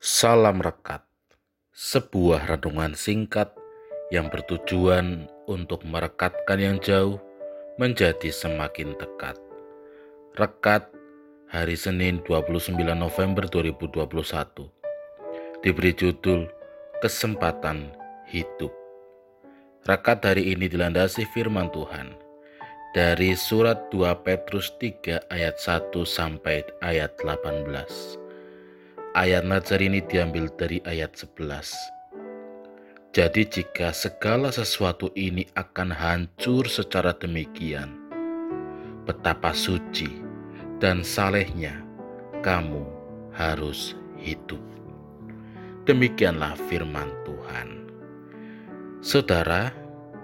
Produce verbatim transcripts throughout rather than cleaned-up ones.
Salam Rekat, sebuah renungan singkat yang bertujuan untuk merekatkan yang jauh menjadi semakin dekat. Rekat hari Senin dua puluh sembilan November dua ribu dua puluh satu diberi judul Kesempatan Hidup. Rekat hari ini dilandasi firman Tuhan dari surat dua Petrus tiga ayat satu sampai ayat delapan belas. Ayat Nazar ini diambil dari ayat sebelas. Jadi jika segala sesuatu ini akan hancur secara demikian, betapa suci dan salehnya kamu harus hidup. Demikianlah firman Tuhan. Saudara,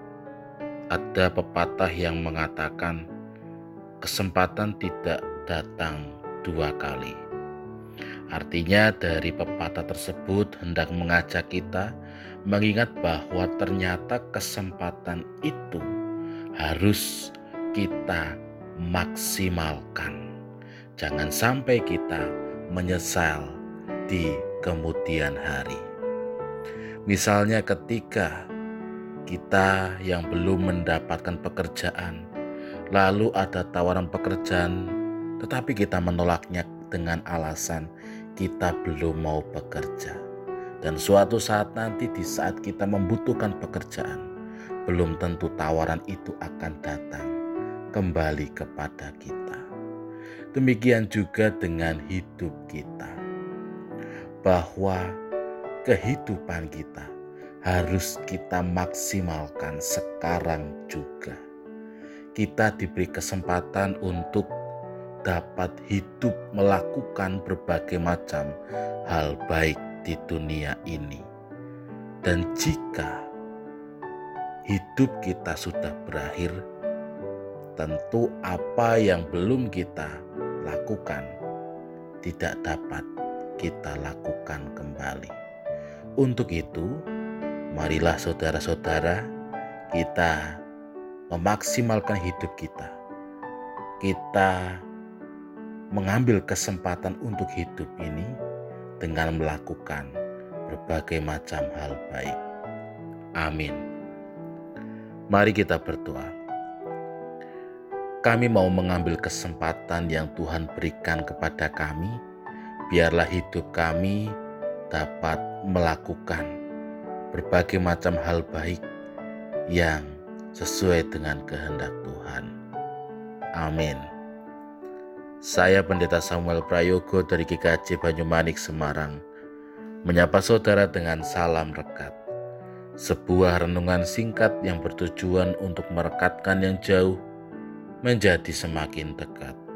ada pepatah yang mengatakan kesempatan tidak datang dua kali. Artinya dari pepatah tersebut hendak mengajak kita mengingat bahwa ternyata kesempatan itu harus kita maksimalkan. Jangan sampai kita menyesal di kemudian hari. Misalnya ketika kita yang belum mendapatkan pekerjaan, lalu ada tawaran pekerjaan tetapi kita menolaknya dengan alasan kita belum mau bekerja. Dan suatu saat nanti di saat kita membutuhkan pekerjaan, belum tentu tawaran itu akan datang kembali kepada kita. Demikian juga dengan hidup kita, bahwa kehidupan kita harus kita maksimalkan sekarang juga. Kita diberi kesempatan untuk dapat hidup melakukan berbagai macam hal baik di dunia ini. Dan jika hidup kita sudah berakhir, tentu apa yang belum kita lakukan tidak dapat kita lakukan kembali. Untuk itu, marilah saudara-saudara kita memaksimalkan hidup kita. Kita mengambil kesempatan untuk hidup ini dengan melakukan berbagai macam hal baik. Amin. Mari kita berdoa. Kami mau mengambil kesempatan yang Tuhan berikan kepada kami, biarlah hidup kami dapat melakukan berbagai macam hal baik yang sesuai dengan kehendak Tuhan. Amin. Saya Pendeta Samuel Prayogo dari G K J Banyumanik, Semarang, menyapa saudara dengan salam rekat. Sebuah renungan singkat yang bertujuan untuk merekatkan yang jauh menjadi semakin dekat.